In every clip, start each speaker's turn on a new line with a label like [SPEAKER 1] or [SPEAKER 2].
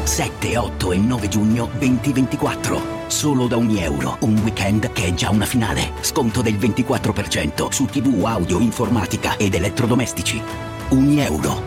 [SPEAKER 1] 7, 8 e 9 giugno 2024. Solo da €1. Un weekend che è già una finale. Sconto del 24% su TV, audio, informatica ed elettrodomestici. €1.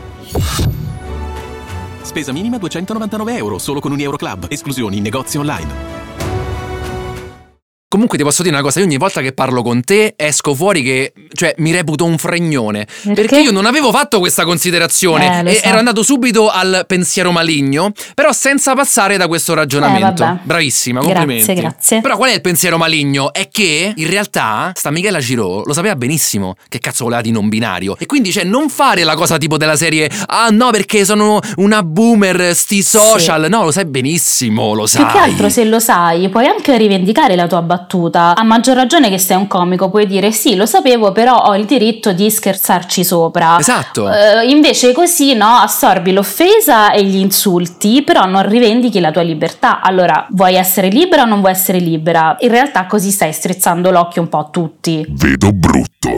[SPEAKER 2] Spesa minima €299, solo con un Euroclub. Esclusioni in negozi online.
[SPEAKER 3] Comunque ti posso dire una cosa, io ogni volta che parlo con te esco fuori che, cioè, mi reputo un fregnone. Perché io non avevo fatto questa considerazione e ero andato subito al pensiero maligno, però senza passare da questo ragionamento. Bravissima, complimenti.
[SPEAKER 4] Grazie.
[SPEAKER 3] Però qual è il pensiero maligno? È che in realtà sta Michela Giraud lo sapeva benissimo che cazzo voleva di non binario. E quindi, cioè, non fare la cosa tipo della serie "ah no, perché sono una boomer, sti social". No, lo sai benissimo, lo sai.
[SPEAKER 4] Più che altro, se lo sai, puoi anche rivendicare la tua battuta. A maggior ragione che sei un comico, puoi dire "sì, lo sapevo, però ho il diritto di scherzarci sopra".
[SPEAKER 3] Esatto.
[SPEAKER 4] Invece così, no, assorbi l'offesa e gli insulti, però non rivendichi la tua libertà. Allora, vuoi essere libera o non vuoi essere libera? In realtà così stai strizzando l'occhio un po' a tutti.
[SPEAKER 5] Vedo brutto.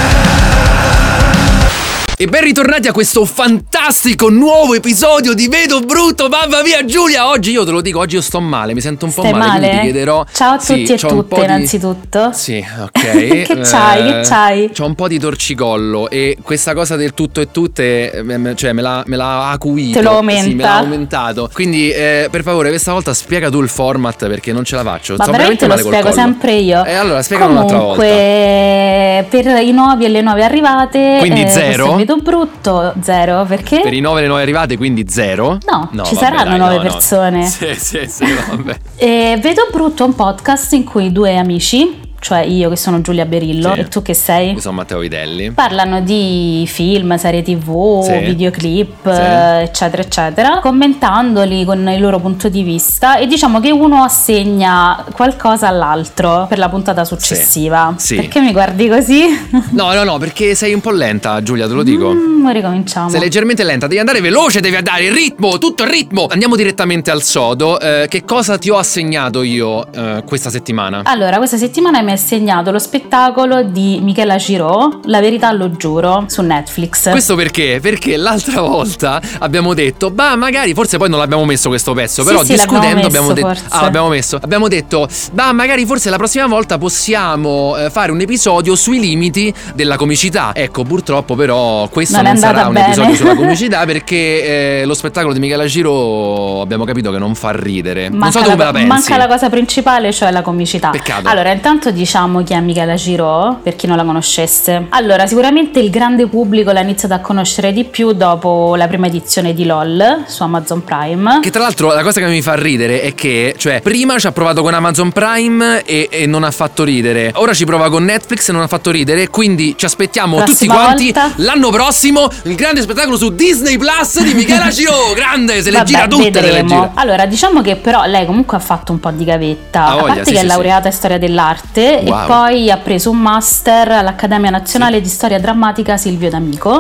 [SPEAKER 3] E ben ritornati a questo fantastico nuovo episodio di Vedo Brutto. Mamma mia, Giulia, oggi io te lo dico, oggi io sto male, mi sento un po' male, quindi ti chiederò.
[SPEAKER 4] Ciao a tutti e tutte, innanzitutto.
[SPEAKER 3] Sì, ok.
[SPEAKER 4] Che c'hai?
[SPEAKER 3] C'ho un po' di torcicollo e questa cosa del tutto e tutte, cioè me l'ha acuito.
[SPEAKER 4] Te lo aumenta.
[SPEAKER 3] Sì, me l'ha aumentato. Quindi per favore, questa volta spiega tu il format, perché non ce la faccio.
[SPEAKER 4] Ma veramente lo spiego sempre io.
[SPEAKER 3] Allora spiegalo un'altra volta.
[SPEAKER 4] Comunque, per i nuovi e le nuove arrivate,
[SPEAKER 3] quindi 0.
[SPEAKER 4] Vedo Brutto 0, perché?
[SPEAKER 3] Per i 9 e le 9 arrivate, quindi 0.
[SPEAKER 4] No, ci saranno 9 persone.
[SPEAKER 3] Sì, vabbè.
[SPEAKER 4] Vedo Brutto è un podcast in cui due amici, cioè io che sono Giulia Berillo e tu che sei?
[SPEAKER 3] Io sono Matteo Vitelli.
[SPEAKER 4] Parlano di film, serie TV, videoclip, eccetera eccetera, commentandoli con il loro punto di vista, e diciamo che uno assegna qualcosa all'altro per la puntata successiva.
[SPEAKER 3] Sì.
[SPEAKER 4] Perché mi guardi così?
[SPEAKER 3] No, perché sei un po' lenta, Giulia, te lo dico.
[SPEAKER 4] Ricominciamo.
[SPEAKER 3] Sei leggermente lenta, devi andare veloce, devi andare il ritmo, tutto il ritmo. Andiamo direttamente al sodo. Che cosa ti ho assegnato io questa settimana?
[SPEAKER 4] Allora, questa settimana mi hai assegnato lo spettacolo di Michela Giraud, La verità lo giuro, su Netflix.
[SPEAKER 3] Questo perché? Perché l'altra volta abbiamo detto, magari, forse poi non l'abbiamo messo questo pezzo, però discutendo abbiamo detto, abbiamo detto, magari forse la prossima volta possiamo fare un episodio sui limiti della comicità. Ecco, purtroppo però questo non sarà un episodio sulla comicità, perché lo spettacolo di Michela Giraud abbiamo capito che non fa ridere. Non so come la pensi.
[SPEAKER 4] Manca la cosa principale, cioè la comicità.
[SPEAKER 3] Peccato.
[SPEAKER 4] Allora, intanto diciamo chi è Michela Giraud, per chi non la conoscesse. Allora, sicuramente il grande pubblico l'ha iniziato a conoscere di più dopo la prima edizione di LOL su Amazon Prime.
[SPEAKER 3] Che tra l'altro la cosa che mi fa ridere è che, cioè, prima ci ha provato con Amazon Prime e non ha fatto ridere. Ora ci prova con Netflix e non ha fatto ridere. Quindi ci aspettiamo tutti quanti l'anno prossimo il grande spettacolo su Disney Plus di Michela Giraud. Grande, se le gira tutte,
[SPEAKER 4] vedremo.
[SPEAKER 3] le gira.
[SPEAKER 4] Allora, diciamo che però lei comunque ha fatto un po' di gavetta. A parte che è laureata in storia dell'arte e poi ha preso un master all'Accademia Nazionale di Storia Drammatica Silvio D'Amico.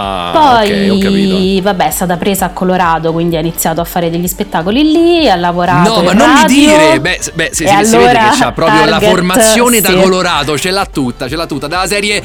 [SPEAKER 4] Poi
[SPEAKER 3] ho capito.
[SPEAKER 4] Vabbè, è stata presa a Colorado, quindi ha iniziato a fare degli spettacoli lì, ha lavorato
[SPEAKER 3] No, ma non mi dire. Si vede che c'ha proprio la formazione da Colorado, ce l'ha tutta dalla serie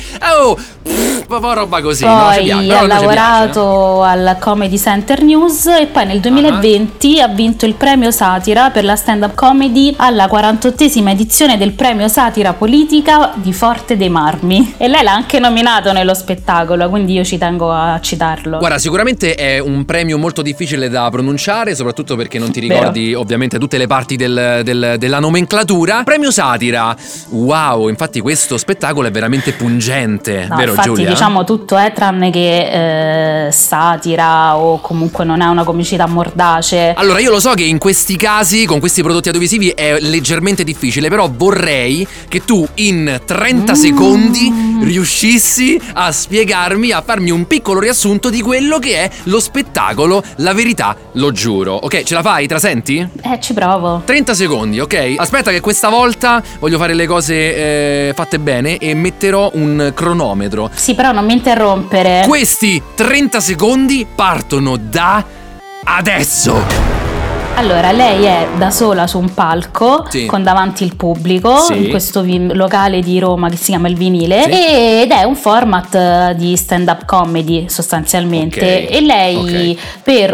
[SPEAKER 3] roba così.
[SPEAKER 4] Poi ha lavorato al Comedy Center News e poi nel 2020 ha vinto il premio Satira per la stand-up comedy alla 48esima edizione del premio Satira Politica di Forte dei Marmi, e lei l'ha anche nominato nello spettacolo, quindi io ci tengo a citarlo.
[SPEAKER 3] Guarda, sicuramente è un premio molto difficile da pronunciare, soprattutto perché non ti ricordi ovviamente tutte le parti della nomenclatura. Premio Satira, wow, infatti questo spettacolo è veramente pungente, vero
[SPEAKER 4] infatti,
[SPEAKER 3] Giulia?
[SPEAKER 4] Diciamo tutto è tranne che satira, o comunque non è una comicità mordace.
[SPEAKER 3] Allora, io lo so che in questi casi, con questi prodotti audiovisivi, è leggermente difficile, però vorrei che tu in 30 secondi riuscissi a spiegarmi, a farmi un piccolo riassunto di quello che è lo spettacolo La verità lo giuro. Ok, ce la fai? Te la senti?
[SPEAKER 4] Ci provo.
[SPEAKER 3] 30 secondi, ok? Aspetta che questa volta voglio fare le cose fatte bene e metterò un cronometro.
[SPEAKER 4] Sì, però non mi interrompere.
[SPEAKER 3] Questi 30 secondi partono da adesso.
[SPEAKER 4] Allora, lei è da sola su un palco,
[SPEAKER 3] sì,
[SPEAKER 4] con davanti il pubblico,
[SPEAKER 3] sì,
[SPEAKER 4] in questo locale di Roma che si chiama Il Vinile,
[SPEAKER 3] sì,
[SPEAKER 4] ed è un format di stand-up comedy sostanzialmente,
[SPEAKER 3] okay,
[SPEAKER 4] e lei
[SPEAKER 3] okay,
[SPEAKER 4] per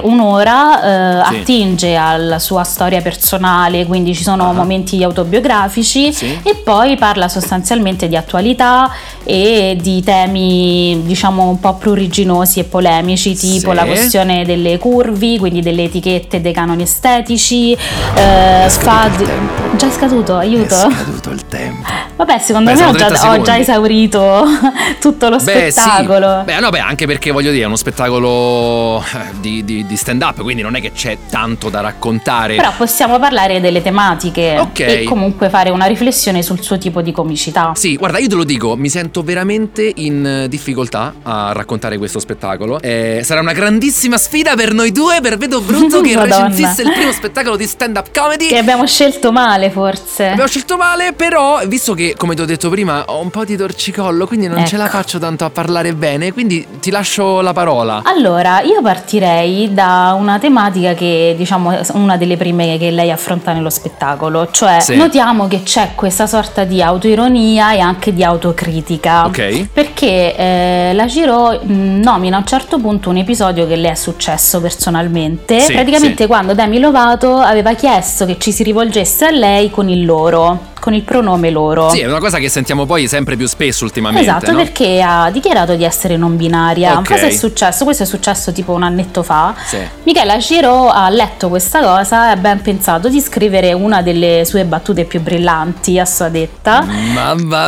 [SPEAKER 4] un'ora
[SPEAKER 3] sì,
[SPEAKER 4] attinge alla sua storia personale, quindi ci sono momenti autobiografici,
[SPEAKER 3] sì,
[SPEAKER 4] e poi parla sostanzialmente di attualità e di temi, diciamo, un po' pruriginosi e polemici, tipo
[SPEAKER 3] sì.
[SPEAKER 4] la questione delle curvi, quindi delle etichette, dei canoni estetici.
[SPEAKER 3] È scaduto il tempo.
[SPEAKER 4] Già è scaduto, aiuto.
[SPEAKER 3] È scaduto il tempo.
[SPEAKER 4] Vabbè, secondo
[SPEAKER 3] Beh,
[SPEAKER 4] me
[SPEAKER 3] sono
[SPEAKER 4] ho
[SPEAKER 3] 30
[SPEAKER 4] già
[SPEAKER 3] secondi.
[SPEAKER 4] esaurito tutto lo spettacolo.
[SPEAKER 3] Sì. Beh, anche perché voglio dire, è uno spettacolo di stand-up, quindi non è che c'è tanto da raccontare.
[SPEAKER 4] Però possiamo parlare delle tematiche,
[SPEAKER 3] Ok,
[SPEAKER 4] e comunque fare una riflessione sul suo tipo di comicità.
[SPEAKER 3] sì, guarda, io te lo dico, mi sento veramente in difficoltà a raccontare questo spettacolo. Sarà una grandissima sfida per noi due, per Vedo Brutto, che
[SPEAKER 4] Madonna.
[SPEAKER 3] recensisse il primo spettacolo di stand-up comedy.
[SPEAKER 4] Che abbiamo scelto male, forse.
[SPEAKER 3] Abbiamo scelto male, però, visto che, come ti ho detto prima, ho un po' di torcicollo, quindi non ce la faccio tanto a parlare bene, quindi ti lascio la parola.
[SPEAKER 4] Allora, io partirei da una tematica che, diciamo, è una delle prime che lei affronta nello spettacolo, cioè
[SPEAKER 3] Sì.
[SPEAKER 4] notiamo che c'è questa sorta di autoironia e anche di autocritica.
[SPEAKER 3] Ok.
[SPEAKER 4] Perché la Giraud nomina a un certo punto un episodio che le è successo personalmente,
[SPEAKER 3] Sì,
[SPEAKER 4] praticamente
[SPEAKER 3] sì.
[SPEAKER 4] quando Demi Lovato aveva chiesto che ci si rivolgesse a lei con il loro, con il pronome loro.
[SPEAKER 3] Sì, è una cosa che sentiamo poi sempre più spesso ultimamente.
[SPEAKER 4] Esatto,
[SPEAKER 3] no?
[SPEAKER 4] perché ha dichiarato di essere non binaria.
[SPEAKER 3] Ok.
[SPEAKER 4] Cosa è successo? Questo è successo tipo un annetto fa.
[SPEAKER 3] Sì.
[SPEAKER 4] Michela Giraud ha letto questa cosa e ha ben pensato di scrivere una delle sue battute più brillanti, a sua detta.
[SPEAKER 3] Mamma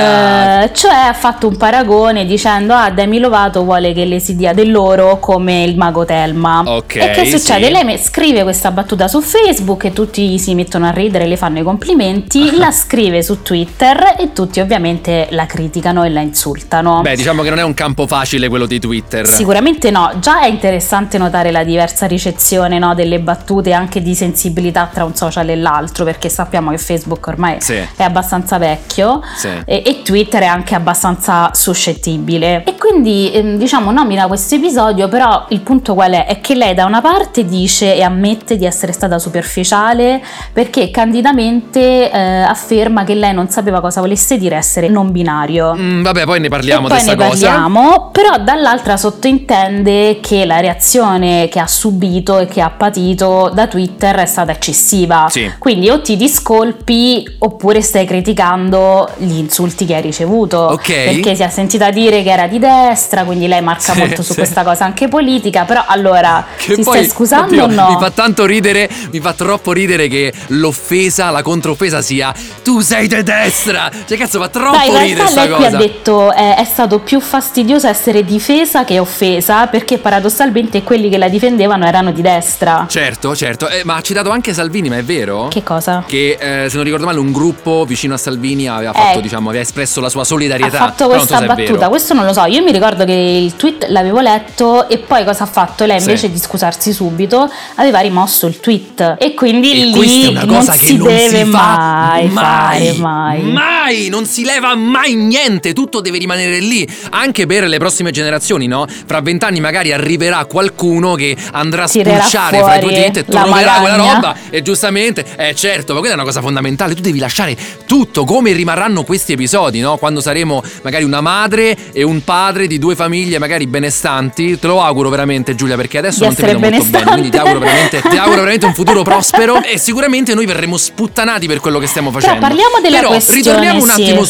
[SPEAKER 3] mia!
[SPEAKER 4] Cioè ha fatto un paragone dicendo: Demi Lovato vuole che le si dia del loro come il mago Telma.
[SPEAKER 3] Ok,
[SPEAKER 4] e che succede?
[SPEAKER 3] sì.
[SPEAKER 4] Lei scrive questa battuta su Facebook e tutti si mettono a ridere, le fanno i complimenti, la scrive su Twitter e tutti ovviamente la criticano e la insultano.
[SPEAKER 3] Beh, diciamo che non è un campo facile quello di Twitter.
[SPEAKER 4] Sicuramente no, già è interessante notare la diversa ricezione, no, delle battute, anche di sensibilità tra un social e l'altro, perché sappiamo che Facebook ormai
[SPEAKER 3] Sì.
[SPEAKER 4] è abbastanza vecchio,
[SPEAKER 3] Sì.
[SPEAKER 4] e Twitter è anche abbastanza suscettibile, e quindi diciamo nomina questo episodio. Però il punto qual è? È che lei da una parte dice e ammette di essere stata superficiale, perché candidamente afferma che lei non sapeva cosa volesse dire essere non binario.
[SPEAKER 3] Vabbè, poi ne parliamo
[SPEAKER 4] e
[SPEAKER 3] di
[SPEAKER 4] poi
[SPEAKER 3] questa
[SPEAKER 4] ne
[SPEAKER 3] cosa.
[SPEAKER 4] parliamo, però dall'altra sottintende che la reazione che ha subito e che ha patito da Twitter è stata eccessiva.
[SPEAKER 3] Sì.
[SPEAKER 4] Quindi o ti discolpi oppure stai criticando gli insulti che hai ricevuto.
[SPEAKER 3] Ok.
[SPEAKER 4] Perché si è sentita dire che era di destra, quindi lei marca
[SPEAKER 3] Sì,
[SPEAKER 4] molto su
[SPEAKER 3] sì.
[SPEAKER 4] questa cosa anche politica. Però allora,
[SPEAKER 3] Che
[SPEAKER 4] si
[SPEAKER 3] poi,
[SPEAKER 4] stai scusando
[SPEAKER 3] oddio,
[SPEAKER 4] o no?
[SPEAKER 3] mi fa tanto ridere, mi fa troppo ridere che l'offesa, la controffesa sia tu sei di destra. Cioè cazzo, fa troppo
[SPEAKER 4] Dai, in
[SPEAKER 3] ridere
[SPEAKER 4] realtà
[SPEAKER 3] sta
[SPEAKER 4] lei qui
[SPEAKER 3] cosa.
[SPEAKER 4] ha detto è stato più fastidioso essere difesa che offesa, perché paradossalmente quelli che la difendevano erano di destra.
[SPEAKER 3] Certo, ma ha citato anche Salvini, ma è vero?
[SPEAKER 4] Che cosa?
[SPEAKER 3] Che se non ricordo male un gruppo vicino a Salvini aveva fatto, diciamo, aveva espresso la sua
[SPEAKER 4] Ha
[SPEAKER 3] solidarietà.
[SPEAKER 4] fatto
[SPEAKER 3] Però non so
[SPEAKER 4] questa
[SPEAKER 3] se è
[SPEAKER 4] battuta,
[SPEAKER 3] vero.
[SPEAKER 4] questo non lo so. Io mi ricordo che il tweet l'avevo letto e poi cosa ha fatto? Lei
[SPEAKER 3] Sì.
[SPEAKER 4] invece di scusarsi subito aveva rimosso il tweet, e quindi
[SPEAKER 3] E
[SPEAKER 4] lì
[SPEAKER 3] questa è una
[SPEAKER 4] non
[SPEAKER 3] cosa
[SPEAKER 4] si
[SPEAKER 3] che non
[SPEAKER 4] deve
[SPEAKER 3] si fa
[SPEAKER 4] mai fare, mai.
[SPEAKER 3] non si leva mai niente, tutto deve rimanere lì, anche per le prossime generazioni, no? Fra 20 anni magari arriverà qualcuno che andrà a
[SPEAKER 4] Tirerà
[SPEAKER 3] spulciare fra i tuoi
[SPEAKER 4] fuori
[SPEAKER 3] tweet e
[SPEAKER 4] la
[SPEAKER 3] troverà quella
[SPEAKER 4] magagna.
[SPEAKER 3] roba, e giustamente, certo, ma quella è una cosa fondamentale, tu devi lasciare tutto come rimarranno questi episodi, no? Quando saremo magari una madre e un padre di due famiglie magari benestanti, te lo auguro veramente, Giulia, perché adesso
[SPEAKER 4] Di
[SPEAKER 3] non ti
[SPEAKER 4] essere
[SPEAKER 3] vedo molto bene, quindi ti auguro
[SPEAKER 4] benestante.
[SPEAKER 3] veramente un futuro prospero, e sicuramente noi verremo sputtanati per quello che stiamo facendo.
[SPEAKER 4] parliamo della
[SPEAKER 3] Però
[SPEAKER 4] questione,
[SPEAKER 3] ritorniamo un
[SPEAKER 4] sì.
[SPEAKER 3] attimo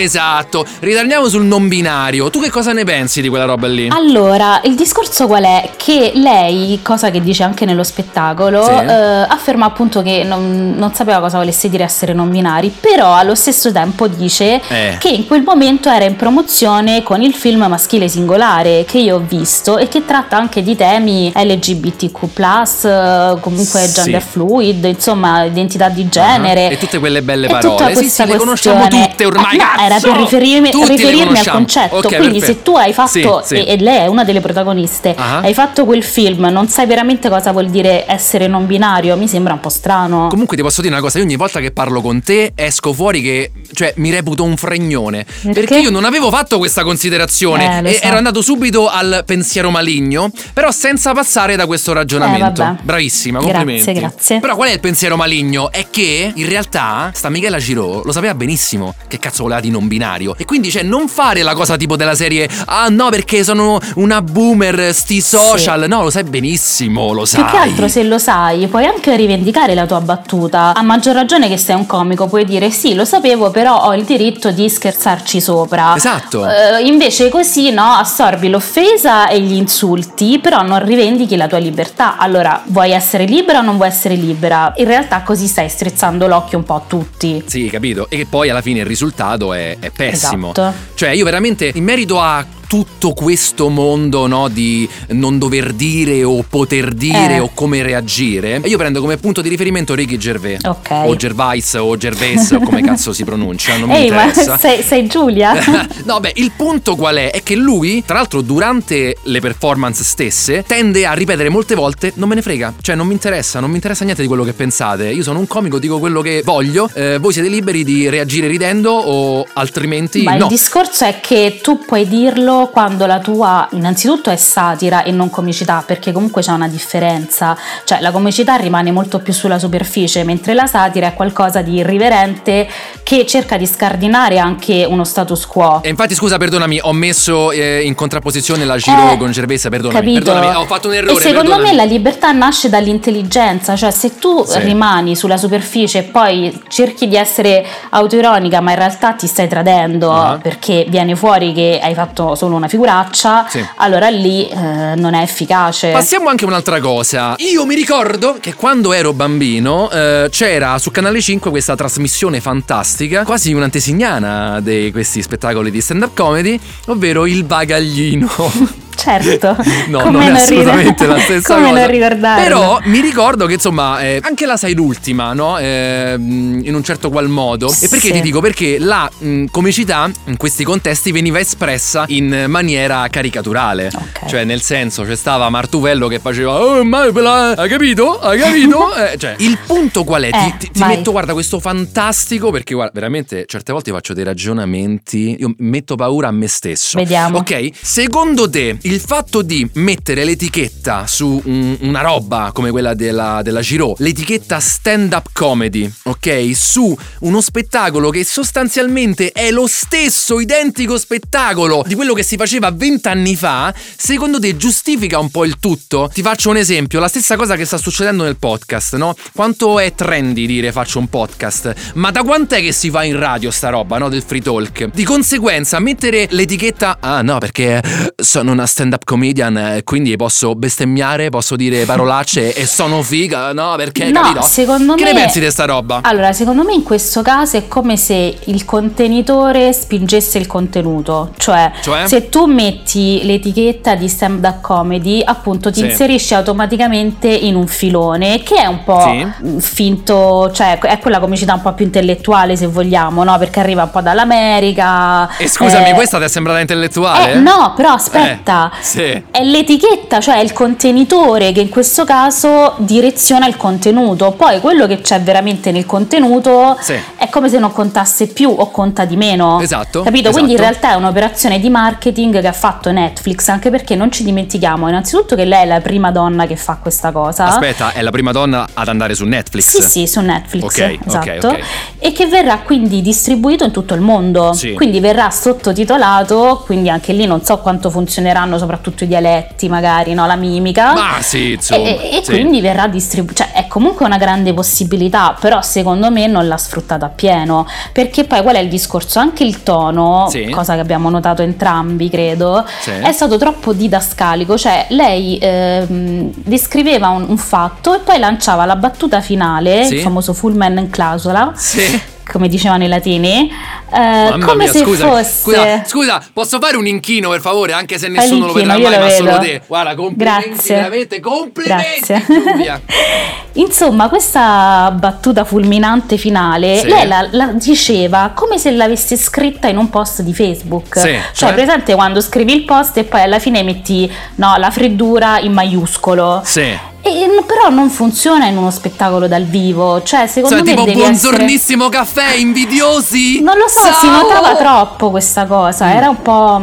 [SPEAKER 3] ritorniamo sul non binario. Tu che cosa ne pensi di quella roba lì?
[SPEAKER 4] Allora, il discorso qual è? Che lei, cosa che dice anche nello spettacolo,
[SPEAKER 3] Sì.
[SPEAKER 4] afferma appunto che non sapeva cosa volesse dire essere non binari, però allo stesso tempo dice che in quel momento era in promozione con il film Maschile Singolare, che io ho visto e che tratta anche di temi LGBTQ+, comunque
[SPEAKER 3] Sì.
[SPEAKER 4] gender fluid, insomma identità di genere.
[SPEAKER 3] E tutte quelle belle belle parole. Sì, le conosciamo tutte ormai.
[SPEAKER 4] Era per riferirmi al concetto. Okay, quindi perfetto. Se tu hai fatto, e lei è una delle protagoniste, hai fatto quel film, non sai veramente cosa vuol dire essere non binario, mi sembra un po' strano.
[SPEAKER 3] Comunque ti posso dire una cosa, io ogni volta che parlo con te esco fuori che, cioè, mi reputo un fregnone. Perché io non avevo fatto questa considerazione e ero andato subito al pensiero maligno, però senza passare da questo ragionamento. Bravissima, complimenti.
[SPEAKER 4] Grazie.
[SPEAKER 3] Però qual è il pensiero maligno? È che in realtà sta Michela Giraud lo sapeva benissimo che cazzo voleva di non binario, e quindi, cioè, non fare la cosa tipo della serie ah no perché sono una boomer sti social, no, lo sai benissimo, lo sai.
[SPEAKER 4] Più che altro, se lo sai, puoi anche rivendicare la tua battuta, a maggior ragione che sei un comico, puoi dire sì, lo sapevo, però ho il diritto di scherzarci sopra.
[SPEAKER 3] Esatto.
[SPEAKER 4] Invece così, no, assorbi l'offesa e gli insulti, però non rivendichi la tua libertà. Allora, vuoi essere libera o non vuoi essere libera? In realtà così stai strizzando l'occhio un po' a tutti.
[SPEAKER 3] Sì, capito. E che poi alla fine il risultato è pessimo.
[SPEAKER 4] Esatto.
[SPEAKER 3] Cioè, io veramente, in merito a tutto questo mondo, no, di non dover dire o poter dire o come reagire, io prendo come punto di riferimento Ricky Gervais, o Gervais o Gervais o come cazzo si pronuncia, non mi interessa.
[SPEAKER 4] Ma sei Giulia?
[SPEAKER 3] No, beh, il punto qual è? È che lui, tra l'altro, durante le performance stesse tende a ripetere molte volte non me ne frega, cioè non mi interessa niente di quello che pensate, io sono un comico, dico quello che voglio, voi siete liberi di reagire ridendo o altrimenti
[SPEAKER 4] ma
[SPEAKER 3] no.
[SPEAKER 4] Il discorso è che tu puoi dirlo quando la tua innanzitutto è satira e non comicità, perché comunque c'è una differenza, cioè la comicità rimane molto più sulla superficie, mentre la satira è qualcosa di irriverente che cerca di scardinare anche uno status quo.
[SPEAKER 3] E infatti, scusa, perdonami, ho messo in contrapposizione la Giraud con Gervais, perdonami, ho fatto un errore.
[SPEAKER 4] E secondo me la libertà nasce dall'intelligenza, cioè se tu rimani sulla superficie e poi cerchi di essere autoironica ma in realtà ti stai tradendo perché viene fuori che hai fatto solo una figuraccia, allora lì non è efficace.
[SPEAKER 3] Passiamo anche a un'altra cosa. Io mi ricordo che quando ero bambino c'era su Canale 5 questa trasmissione fantastica, quasi un'antesignana di questi spettacoli di stand-up comedy, ovvero Il Bagaglino.
[SPEAKER 4] Certo,
[SPEAKER 3] no, non è assolutamente la stessa
[SPEAKER 4] come
[SPEAKER 3] cosa.
[SPEAKER 4] Non ricordare.
[SPEAKER 3] Però mi ricordo che insomma anche la Sai l'ultima, no? In un certo qual modo. E perché ti dico? Perché la comicità in questi contesti veniva espressa in maniera caricaturale. Cioè, nel senso, c'è stava Martuvello che faceva oh, ma hai capito? Hai capito? Cioè, il punto qual è? Ti metto, guarda, questo fantastico, perché guarda, veramente certe volte faccio dei ragionamenti, io metto paura a me stesso.
[SPEAKER 4] Vediamo.
[SPEAKER 3] Ok, secondo te il fatto di mettere l'etichetta su una roba come quella della Giraud, l'etichetta stand-up comedy, ok, su uno spettacolo che sostanzialmente è lo stesso identico spettacolo di quello che si faceva 20 anni fa, secondo te giustifica un po' il tutto? Ti faccio un esempio, la stessa cosa che sta succedendo nel podcast, no? Quanto è trendy dire faccio un podcast, ma da quant'è che si fa in radio sta roba, no? Del free talk. Di conseguenza mettere l'etichetta ah no perché sono una stand-up comedian, quindi posso bestemmiare, posso dire parolacce e sono figa, no? Perché capito?
[SPEAKER 4] Secondo
[SPEAKER 3] che
[SPEAKER 4] me,
[SPEAKER 3] ne pensi di sta roba?
[SPEAKER 4] Allora, secondo me in questo caso è come se il contenitore spingesse il contenuto, cioè? Se tu metti l'etichetta di stand-up comedy, appunto ti inserisci automaticamente in un filone che è un po' finto, cioè è quella comicità un po' più intellettuale, se vogliamo, no? Perché arriva un po' dall'America.
[SPEAKER 3] E scusami, questa ti è sembrata intellettuale?
[SPEAKER 4] No, però aspetta, è l'etichetta, cioè è il contenitore che in questo caso direziona il contenuto. Poi quello che c'è veramente nel contenuto è come se non contasse più o conta di meno.
[SPEAKER 3] Esatto.
[SPEAKER 4] Capito? Quindi in realtà è un'operazione di marketing che ha fatto Netflix, anche perché non ci dimentichiamo innanzitutto che lei è la prima donna che fa questa cosa.
[SPEAKER 3] Aspetta, è la prima donna ad andare su Netflix?
[SPEAKER 4] Sì, su Netflix.
[SPEAKER 3] Ok,
[SPEAKER 4] esatto.
[SPEAKER 3] ok.
[SPEAKER 4] E che verrà quindi distribuito in tutto il mondo. Quindi verrà sottotitolato, quindi anche lì non so quanto funzioneranno soprattutto i dialetti, magari, no? La mimica.
[SPEAKER 3] Ma sì, insomma.
[SPEAKER 4] E quindi verrà distribuito. Cioè è comunque una grande possibilità, però secondo me non l'ha sfruttata appieno. Perché poi qual è il discorso? Anche il tono, cosa che abbiamo notato entrambi, credo, è stato troppo didascalico. Cioè lei descriveva un fatto e poi lanciava la battuta finale, il famoso full man in clausola. come dicevano i latini, come
[SPEAKER 3] mia,
[SPEAKER 4] se
[SPEAKER 3] fosse... Scusa, posso fare un inchino per favore, anche se nessuno lo vedrà mai, ma solo te. Guarda, complimenti,
[SPEAKER 4] grazie.
[SPEAKER 3] veramente complimenti.
[SPEAKER 4] Grazie. Insomma, questa battuta fulminante finale, sì, lei la diceva come se l'avesse scritta in un post di Facebook.
[SPEAKER 3] Sì,
[SPEAKER 4] cioè presente quando scrivi il post e poi alla fine metti la freddura in maiuscolo.
[SPEAKER 3] Sì.
[SPEAKER 4] Però non funziona in uno spettacolo dal vivo, cioè secondo me
[SPEAKER 3] tipo
[SPEAKER 4] devi
[SPEAKER 3] buongiornissimo caffè, invidiosi.
[SPEAKER 4] Non lo so,
[SPEAKER 3] ciao.
[SPEAKER 4] Si notava troppo questa cosa, era un po'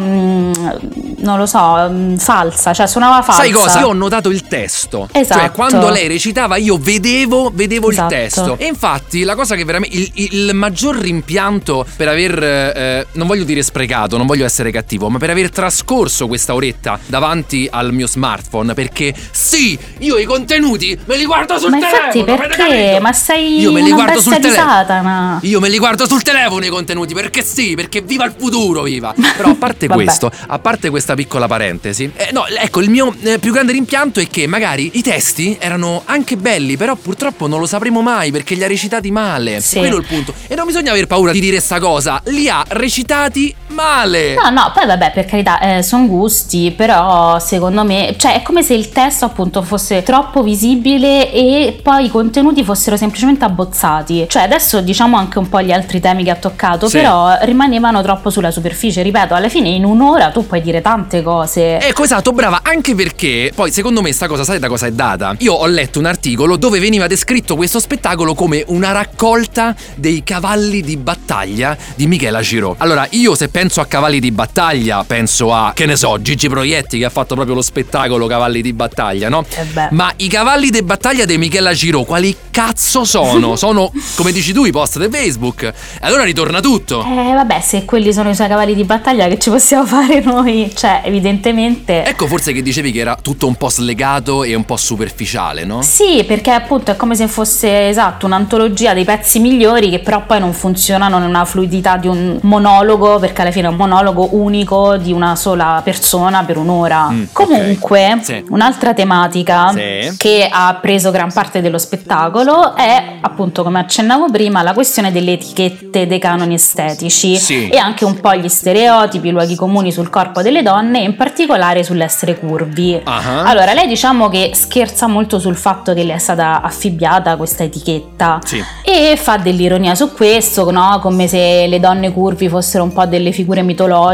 [SPEAKER 4] non lo so, falsa, cioè suonava falsa.
[SPEAKER 3] Sai cosa? Io ho notato il testo.
[SPEAKER 4] Esatto.
[SPEAKER 3] Cioè quando lei recitava io vedevo
[SPEAKER 4] esatto.
[SPEAKER 3] il testo. E infatti la cosa che veramente il maggior rimpianto per aver non voglio dire sprecato, non voglio essere cattivo, ma per aver trascorso questa oretta davanti al mio smartphone, perché sì, io i contenuti me li guardo sul telefono.
[SPEAKER 4] Ma infatti perché? Ma sei
[SPEAKER 3] io me li
[SPEAKER 4] una
[SPEAKER 3] guardo sul
[SPEAKER 4] bestia di Satana.
[SPEAKER 3] Io me li guardo sul telefono i contenuti, perché sì, perché viva il futuro, viva. Però a parte questo, a parte questa piccola parentesi, no, ecco, il mio più grande rimpianto è che magari i testi erano anche belli, però purtroppo non lo sapremo mai perché li ha recitati male.
[SPEAKER 4] Sì.
[SPEAKER 3] Quello è il punto. E non bisogna aver paura di dire sta cosa, li ha recitati male.
[SPEAKER 4] No, poi vabbè, per carità, sono gusti, però secondo me, cioè è come se il testo appunto fosse troppo visibile e poi i contenuti fossero semplicemente abbozzati. Cioè adesso diciamo anche un po' gli altri temi che ha toccato, sì, però rimanevano troppo sulla superficie. Ripeto, alla fine in un'ora tu puoi dire tante cose.
[SPEAKER 3] Ecco, esatto, brava, anche perché poi secondo me sta cosa, sai da cosa è data? Io ho letto un articolo dove veniva descritto questo spettacolo come una raccolta dei cavalli di battaglia di Michela Girò. Allora, io se penso a cavalli di battaglia penso a, che ne so, Gigi Proietti che ha fatto proprio lo spettacolo Cavalli di battaglia, no? Ma i cavalli di battaglia di Michela Girò quali cazzo sono? Sono, come dici tu, i post di Facebook. E allora ritorna tutto.
[SPEAKER 4] Vabbè, se quelli sono i suoi cavalli di battaglia, che ci possiamo fare noi? Cioè, evidentemente.
[SPEAKER 3] Ecco, forse che dicevi che era tutto un po' slegato e un po' superficiale, no?
[SPEAKER 4] Sì, perché appunto è come se fosse, esatto, un'antologia dei pezzi migliori che però poi non funzionano nella fluidità di un monologo, perché alla fine è un monologo unico di una sola persona per un'ora. Comunque,
[SPEAKER 3] okay, sì,
[SPEAKER 4] un'altra tematica,
[SPEAKER 3] sì,
[SPEAKER 4] che ha preso gran parte dello spettacolo è appunto, come accennavo prima, la questione delle etichette dei canoni estetici,
[SPEAKER 3] sì,
[SPEAKER 4] e anche un po' gli stereotipi, i luoghi comuni sul corpo delle donne, in particolare sull'essere curvi. Allora, lei diciamo che scherza molto sul fatto che le è stata affibbiata questa etichetta,
[SPEAKER 3] sì,
[SPEAKER 4] e fa dell'ironia su questo, no? Come se le donne curvi fossero un po' delle figure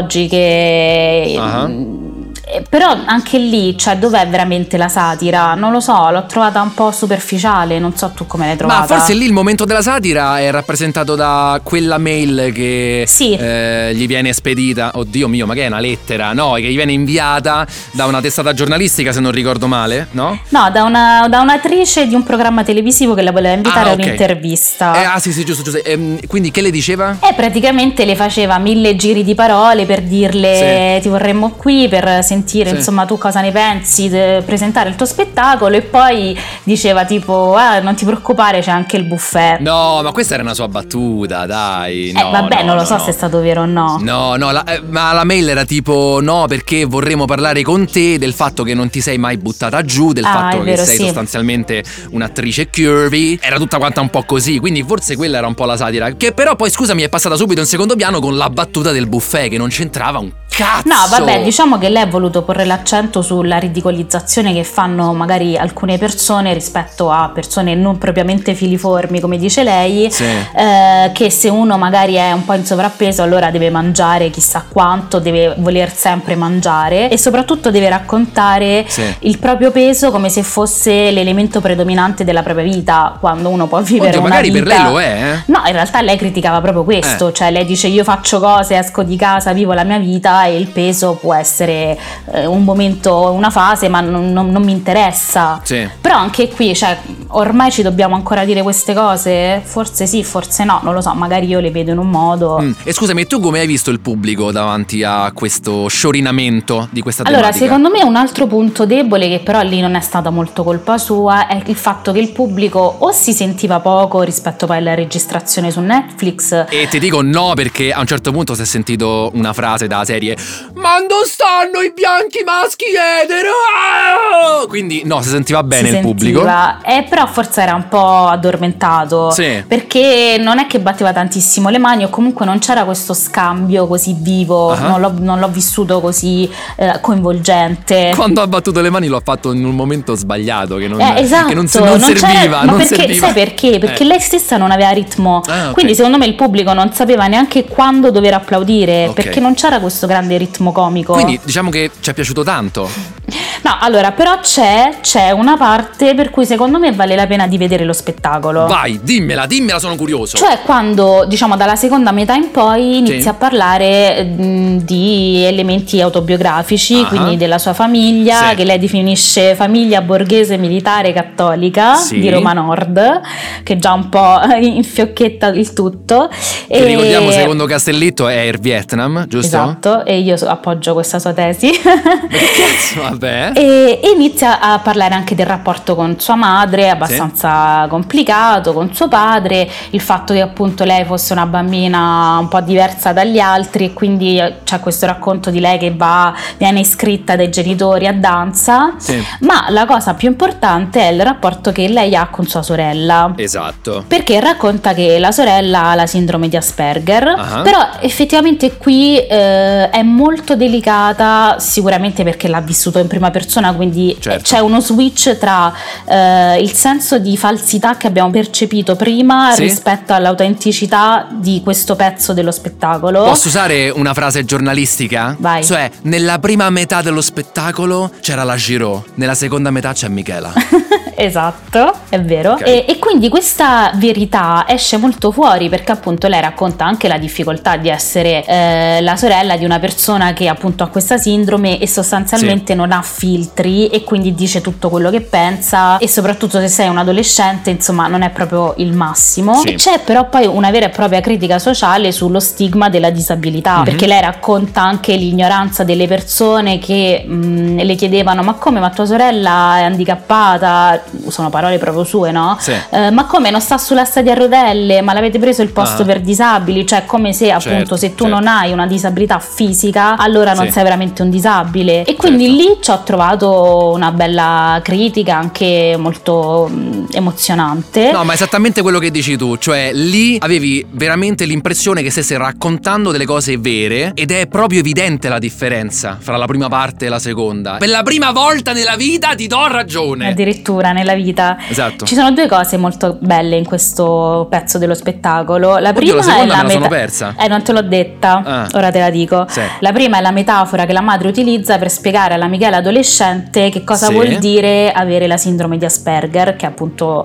[SPEAKER 4] mitologiche. Però anche lì, cioè, dov'è veramente la satira? Non lo so, l'ho trovata un po' superficiale, non so tu come l'hai trovata.
[SPEAKER 3] Ma forse lì il momento della satira è rappresentato da quella mail che
[SPEAKER 4] sì,
[SPEAKER 3] gli viene spedita. Oddio mio, ma che è una lettera? No, che gli viene inviata da una testata giornalistica, se non ricordo male, no?
[SPEAKER 4] No, da un'attrice di un programma televisivo che la voleva invitare a un'intervista.
[SPEAKER 3] Sì, giusto. Quindi che le diceva?
[SPEAKER 4] Praticamente le faceva 1000 giri di parole per dirle sì, ti vorremmo qui per sentire insomma tu cosa ne pensi, presentare il tuo spettacolo, e poi diceva tipo non ti preoccupare, c'è anche il buffet.
[SPEAKER 3] No, ma questa era una sua battuta, dai. No,
[SPEAKER 4] vabbè, non lo so se è stato vero o no.
[SPEAKER 3] No, ma la mail era tipo no, perché vorremmo parlare con te del fatto che non ti sei mai buttata giù, del fatto che sei sostanzialmente un'attrice curvy. Era tutta quanta un po' così, quindi forse quella era un po' la satira, che però poi, scusami, è passata subito in secondo piano con la battuta del buffet che non c'entrava un cazzo.
[SPEAKER 4] No, vabbè, diciamo che lei ha voluto porre l'accento sulla ridicolizzazione che fanno magari alcune persone rispetto a persone non propriamente filiformi, come dice lei, sì, che se uno magari è un po' in sovrappeso allora deve mangiare chissà quanto, deve voler sempre mangiare e soprattutto deve raccontare il proprio peso come se fosse l'elemento predominante della propria vita, quando uno può vivere una
[SPEAKER 3] magari
[SPEAKER 4] vita.
[SPEAKER 3] Per lei lo è.
[SPEAKER 4] No, in realtà lei criticava proprio questo, cioè lei dice io faccio cose, esco di casa, vivo la mia vita e il peso può essere un momento, una fase, ma non mi interessa.
[SPEAKER 3] Sì.
[SPEAKER 4] Però anche qui, cioè, ormai ci dobbiamo ancora dire queste cose? Forse sì, forse no, non lo so, magari io le vedo in un modo.
[SPEAKER 3] E scusami, tu come hai visto il pubblico davanti a questo sciorinamento di questa tematica?
[SPEAKER 4] Allora, secondo me un altro punto debole, che però lì non è stata molto colpa sua, è il fatto che il pubblico o si sentiva poco rispetto poi alla registrazione su Netflix.
[SPEAKER 3] E ti dico no, perché a un certo punto si è sentito una frase da serie: ma dove stanno i bianchi maschi etero? Quindi no, si sentiva bene il pubblico.
[SPEAKER 4] Però però forse era un po' addormentato, perché non è che batteva tantissimo le mani, o comunque non c'era questo scambio così vivo, non l'ho vissuto così coinvolgente.
[SPEAKER 3] Quando ha battuto le mani lo ha fatto in un momento sbagliato, che non,
[SPEAKER 4] esatto,
[SPEAKER 3] che non serviva.
[SPEAKER 4] Ma perché, sai perché? Perché lei stessa non aveva ritmo, quindi secondo me il pubblico non sapeva neanche quando dover applaudire, perché non c'era questo grande ritmo comico.
[SPEAKER 3] Quindi diciamo che ci è piaciuto tanto.
[SPEAKER 4] No, allora, però c'è una parte per cui secondo me vale la pena di vedere lo spettacolo.
[SPEAKER 3] Vai, dimmela, sono curioso.
[SPEAKER 4] Cioè quando, diciamo, dalla seconda metà in poi inizia a parlare di elementi autobiografici, quindi della sua famiglia, che lei definisce famiglia borghese militare cattolica di Roma Nord, che già un po' infiocchetta il tutto.
[SPEAKER 3] Che ricordiamo, secondo Castellitto è Air Vietnam, giusto?
[SPEAKER 4] Esatto, e io appoggio questa sua tesi.
[SPEAKER 3] Cazzo, vabbè.
[SPEAKER 4] E inizia a parlare anche del rapporto con sua madre, abbastanza complicato, con suo padre, il fatto che appunto lei fosse una bambina un po' diversa dagli altri, e quindi c'è questo racconto di lei che viene iscritta dai genitori a danza, ma la cosa più importante è il rapporto che lei ha con sua sorella.
[SPEAKER 3] Esatto.
[SPEAKER 4] Perché racconta che la sorella ha la sindrome di Asperger, però effettivamente qui è molto delicata, sicuramente perché l'ha vissuto in prima persona, quindi c'è uno switch tra il senso di falsità che abbiamo percepito prima rispetto all'autenticità di questo pezzo dello spettacolo.
[SPEAKER 3] Posso usare una frase giornalistica?
[SPEAKER 4] Vai.
[SPEAKER 3] Cioè, nella prima metà dello spettacolo c'era la Giraud, nella seconda metà c'è Michela.
[SPEAKER 4] Esatto, è vero. E quindi questa verità esce molto fuori, perché appunto lei racconta anche la difficoltà di essere la sorella di una persona che appunto ha questa sindrome e sostanzialmente non ha filtri, e quindi dice tutto quello che pensa, e soprattutto se sei un adolescente, insomma, non è proprio il massimo. E c'è però poi una vera e propria critica sociale sullo stigma della disabilità, perché lei racconta anche l'ignoranza delle persone che le chiedevano: ma come, ma tua sorella è handicappata? Sono parole proprio sue, no? Ma come, non sta sulla sedia a rotelle? Ma l'avete preso il posto per disabili? Cioè, come se appunto se tu non hai una disabilità fisica, allora non sei veramente un disabile. E quindi lì ci ho trovato una bella critica, anche molto emozionante.
[SPEAKER 3] No, ma esattamente quello che dici tu, cioè lì avevi veramente l'impressione che stesse raccontando delle cose vere, ed è proprio evidente la differenza fra la prima parte e la seconda. Per la prima volta nella vita ti do ragione.
[SPEAKER 4] Addirittura nella vita.
[SPEAKER 3] Esatto.
[SPEAKER 4] Ci sono due cose molto belle in questo pezzo dello spettacolo. La prima
[SPEAKER 3] la seconda
[SPEAKER 4] è la
[SPEAKER 3] me la sono persa.
[SPEAKER 4] Non te l'ho detta, ora te la dico. La prima è la metafora che la madre utilizza per spiegare alla Michela adolescente che cosa vuol dire avere la sindrome di Asperger, che appunto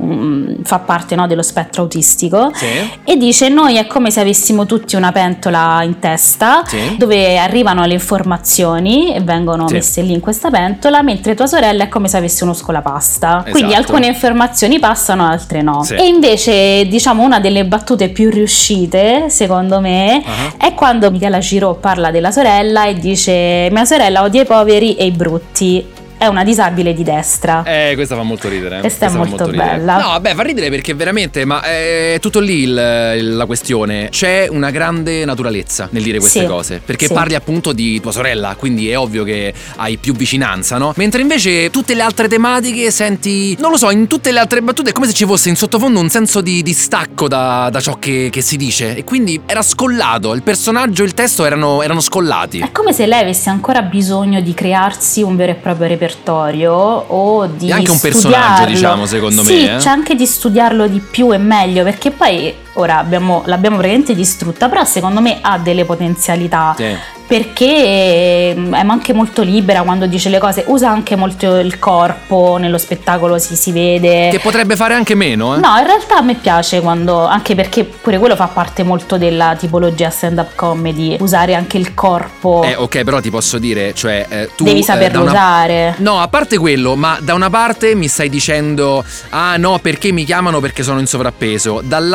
[SPEAKER 4] fa parte, no, dello spettro autistico. E dice: noi è come se avessimo tutti una pentola in testa dove arrivano le informazioni e vengono messe lì in questa pentola, mentre tua sorella è come se avesse uno scolapasta. Quindi alcune informazioni passano, altre no. E invece, diciamo, una delle battute più riuscite secondo me è quando Michela Giraud parla della sorella e dice: mia sorella odia i poveri e i brutti, è una disabile di destra.
[SPEAKER 3] Questa fa molto ridere.
[SPEAKER 4] Questa è molto bella.
[SPEAKER 3] No, beh, fa ridere perché veramente, ma è tutto lì la questione. C'è una grande naturalezza nel dire queste cose, perché parli appunto di tua sorella, quindi è ovvio che hai più vicinanza, no? Mentre invece tutte le altre tematiche senti, non lo so, in tutte le altre battute è come se ci fosse in sottofondo un senso di distacco da ciò che si dice, e quindi era scollato, il personaggio e il testo erano scollati.
[SPEAKER 4] È come se lei avesse ancora bisogno di crearsi un vero e proprio repertorio, o di
[SPEAKER 3] anche un
[SPEAKER 4] studiarlo.
[SPEAKER 3] personaggio, diciamo, secondo me.
[SPEAKER 4] Sì, c'è anche di studiarlo di più e meglio, perché poi ora l'abbiamo praticamente distrutta, però secondo me ha delle potenzialità. Perché è anche molto libera quando dice le cose, usa anche molto il corpo nello spettacolo, si vede.
[SPEAKER 3] Che potrebbe fare anche meno,
[SPEAKER 4] No, in realtà a me piace quando, anche perché pure quello fa parte molto della tipologia stand-up comedy, usare anche il corpo.
[SPEAKER 3] Ok, però ti posso dire, cioè tu
[SPEAKER 4] devi saperlo usare.
[SPEAKER 3] No, a parte quello, ma da una parte mi stai dicendo: ah no, perché mi chiamano perché sono in sovrappeso, dall'altra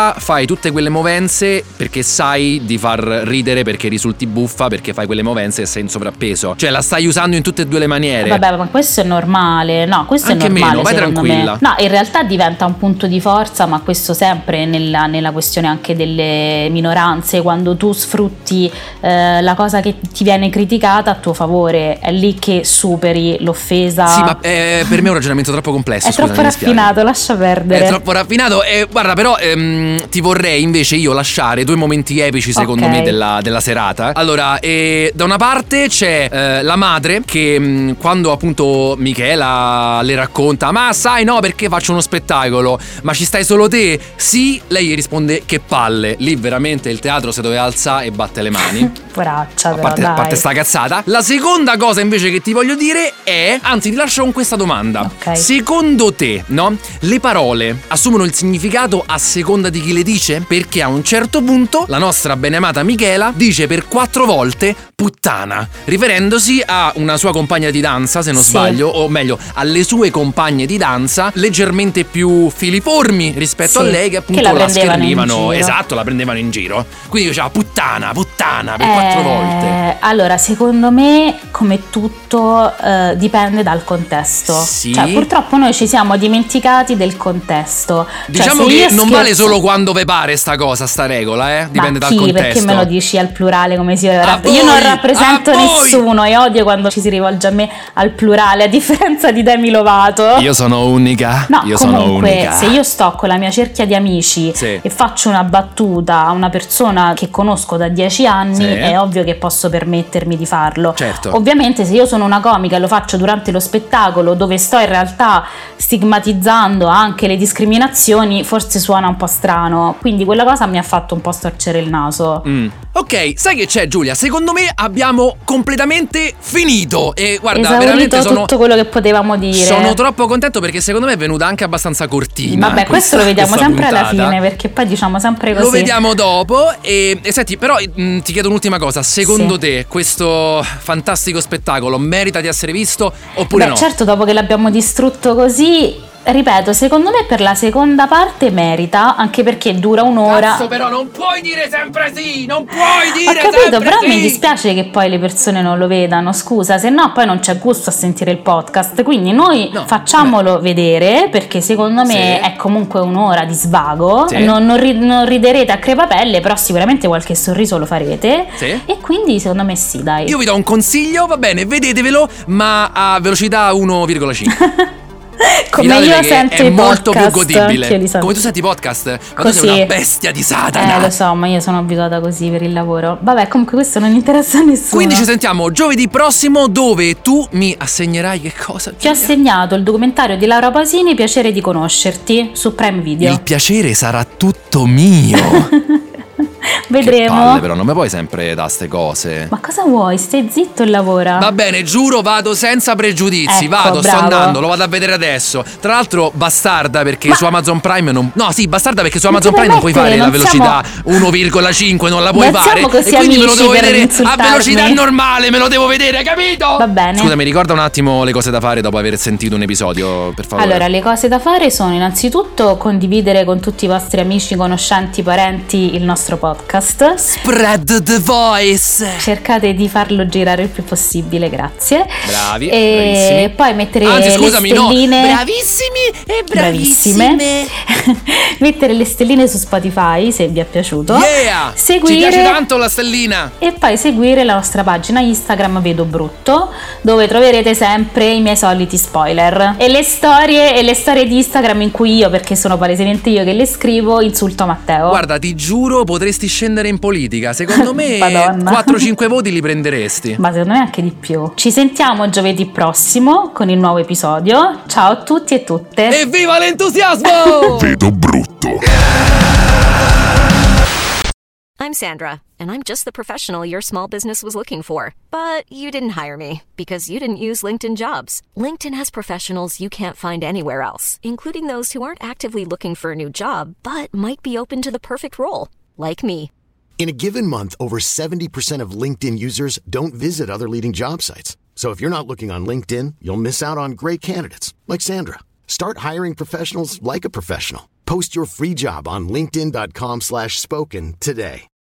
[SPEAKER 3] realtà fai tutte quelle movenze perché sai di far ridere, perché risulti buffa, perché fai quelle movenze e sei in sovrappeso. Cioè la stai usando in tutte e due le maniere.
[SPEAKER 4] Vabbè, ma questo è normale. No, questo
[SPEAKER 3] anche
[SPEAKER 4] è normale,
[SPEAKER 3] meno, vai tranquilla.
[SPEAKER 4] Me. No, in realtà diventa un punto di forza, ma questo sempre nella questione anche delle minoranze. Quando tu sfrutti la cosa che ti viene criticata a tuo favore, è lì che superi l'offesa.
[SPEAKER 3] Sì, ma per me è un ragionamento troppo complesso.
[SPEAKER 4] È troppo raffinato, lascia perdere.
[SPEAKER 3] È troppo raffinato. Guarda, però ti vorrei invece io lasciare due momenti epici secondo me della serata. Allora, da una parte c'è la madre che quando appunto Michela le racconta: ma sai, no, perché faccio uno spettacolo? Ma ci stai solo te? Sì, lei gli risponde: che palle. Lì veramente il teatro si doveva alzare e batte le mani.
[SPEAKER 4] Poraccia,
[SPEAKER 3] a parte sta cazzata. La seconda cosa invece che ti voglio dire è, anzi ti lascio con questa domanda.
[SPEAKER 4] Okay.
[SPEAKER 3] Secondo te, no, le parole assumono il significato a seconda di chi le dice? Perché a un certo punto la nostra beneamata Michela dice per 4 volte puttana, riferendosi a una sua compagna di danza, se non sbaglio, o meglio alle sue compagne di danza leggermente più filiformi rispetto a lei, che appunto la schermivano. Esatto, la prendevano in giro. Quindi diceva puttana per 4 volte.
[SPEAKER 4] Allora, secondo me, come tutto, dipende dal contesto.
[SPEAKER 3] Sì.
[SPEAKER 4] Cioè, purtroppo noi ci siamo dimenticati del contesto.
[SPEAKER 3] Diciamo che non vale solo quando ve pare sta cosa, sta regola, dipende dal contesto.
[SPEAKER 4] Perché me lo dici al plurale come si io non rappresento nessuno e odio quando ci si rivolge a me al plurale, a differenza di Demi Lovato.
[SPEAKER 3] Io sono unica.
[SPEAKER 4] No,
[SPEAKER 3] io
[SPEAKER 4] comunque,
[SPEAKER 3] sono unica.
[SPEAKER 4] Se io sto con la mia cerchia di amici e faccio una battuta a una persona che conosco da 10 anni, è ovvio che posso permettermi di farlo.
[SPEAKER 3] Certo.
[SPEAKER 4] Ovviamente se io sono una comica e lo faccio durante lo spettacolo, dove sto in realtà stigmatizzando anche le discriminazioni, forse suona un po' strano. Quindi quella cosa mi ha fatto un po' storcere il naso.
[SPEAKER 3] Ok, sai che c'è, Giulia? Secondo me abbiamo completamente finito. E guarda,
[SPEAKER 4] esaurito
[SPEAKER 3] veramente
[SPEAKER 4] tutto quello che potevamo dire.
[SPEAKER 3] Sono troppo contento perché secondo me è venuta anche abbastanza cortina.
[SPEAKER 4] Vabbè, questo lo vediamo sempre alla fine, perché poi diciamo sempre così.
[SPEAKER 3] Lo vediamo dopo. E senti, però ti chiedo un'ultima cosa. Secondo te questo fantastico spettacolo merita di essere visto oppure no?
[SPEAKER 4] Certo, dopo che l'abbiamo distrutto così, ripeto, secondo me per la seconda parte merita, anche perché dura un'ora.
[SPEAKER 3] Cazzo, però non puoi dire sempre sì, non puoi dire
[SPEAKER 4] sempre sì. Ho capito, però
[SPEAKER 3] sì.
[SPEAKER 4] Mi dispiace che poi le persone non lo vedano, scusa, se no poi non c'è gusto a sentire il podcast, quindi noi facciamolo vedere, perché secondo me è comunque un'ora di svago, non riderete a crepapelle, però sicuramente qualche sorriso lo farete, e quindi secondo me sì, dai.
[SPEAKER 3] Io vi do un consiglio, va bene, vedetevelo, ma a velocità 1,5.
[SPEAKER 4] Come io sento
[SPEAKER 3] è
[SPEAKER 4] i
[SPEAKER 3] molto
[SPEAKER 4] podcast,
[SPEAKER 3] più godibile. Come tu senti i podcast? Ma tu sei una bestia di Satana.
[SPEAKER 4] Lo so, ma io sono abituata così per il lavoro. Vabbè, comunque questo non interessa a nessuno.
[SPEAKER 3] Quindi ci sentiamo giovedì prossimo, dove tu mi assegnerai che cosa?
[SPEAKER 4] Ti ho assegnato il documentario di Laura Pausini, Piacere di conoscerti, su Prime Video.
[SPEAKER 3] Il piacere sarà tutto mio.
[SPEAKER 4] Vedremo.
[SPEAKER 3] Che palle, però non mi puoi sempre da ste cose.
[SPEAKER 4] Ma cosa vuoi? Stai zitto e lavora.
[SPEAKER 3] Va bene, giuro, vado senza pregiudizi.
[SPEAKER 4] Ecco,
[SPEAKER 3] sto andando, lo vado a vedere adesso. Tra l'altro bastarda perché su Amazon Prime non... No, sì, bastarda perché su Amazon Prime non puoi fare la velocità 1,5, non la puoi fare.
[SPEAKER 4] Così
[SPEAKER 3] e quindi me lo devo vedere
[SPEAKER 4] a
[SPEAKER 3] velocità normale, me lo devo vedere, capito?
[SPEAKER 4] Va bene.
[SPEAKER 3] Scusa, mi ricorda un attimo le cose da fare dopo aver sentito un episodio, per favore.
[SPEAKER 4] Allora, le cose da fare sono innanzitutto condividere con tutti i vostri amici, conoscenti, parenti il nostro podcast.
[SPEAKER 3] Spread the voice.
[SPEAKER 4] Cercate di farlo girare il più possibile, grazie.
[SPEAKER 3] Bravi,
[SPEAKER 4] e
[SPEAKER 3] bravissimi.
[SPEAKER 4] Poi mettere
[SPEAKER 3] le stelline.
[SPEAKER 4] No.
[SPEAKER 3] Bravissimi e
[SPEAKER 4] bravissime. Mettere le stelline su Spotify se vi è piaciuto.
[SPEAKER 3] Yeah!
[SPEAKER 4] Seguire,
[SPEAKER 3] ci piace tanto la stellina.
[SPEAKER 4] E poi seguire la nostra pagina Instagram Vedo Brutto, dove troverete sempre i miei soliti spoiler e le storie di Instagram in cui io, perché sono palesemente io che le scrivo, insulto Matteo.
[SPEAKER 3] Guarda, ti giuro, potresti scendere in politica. Secondo me 4-5 voti li prenderesti.
[SPEAKER 4] Ma secondo me anche di più. Ci sentiamo giovedì prossimo con il nuovo episodio. Ciao a tutti e tutte.
[SPEAKER 3] E viva l'entusiasmo!
[SPEAKER 5] Vedo Brutto.
[SPEAKER 6] I'm Sandra, and I'm just the professional your small business was looking for. But you didn't hire me because you didn't use LinkedIn Jobs. LinkedIn has professionals you can't find anywhere else, including those who aren't actively looking for a new job, but might be open to the perfect role, like me.
[SPEAKER 7] In a given month, over 70% of LinkedIn users don't visit other leading job sites. So if you're not looking on LinkedIn, you'll miss out on great candidates like Sandra. Start hiring professionals like a professional. Post your free job on linkedin.com/spoken today.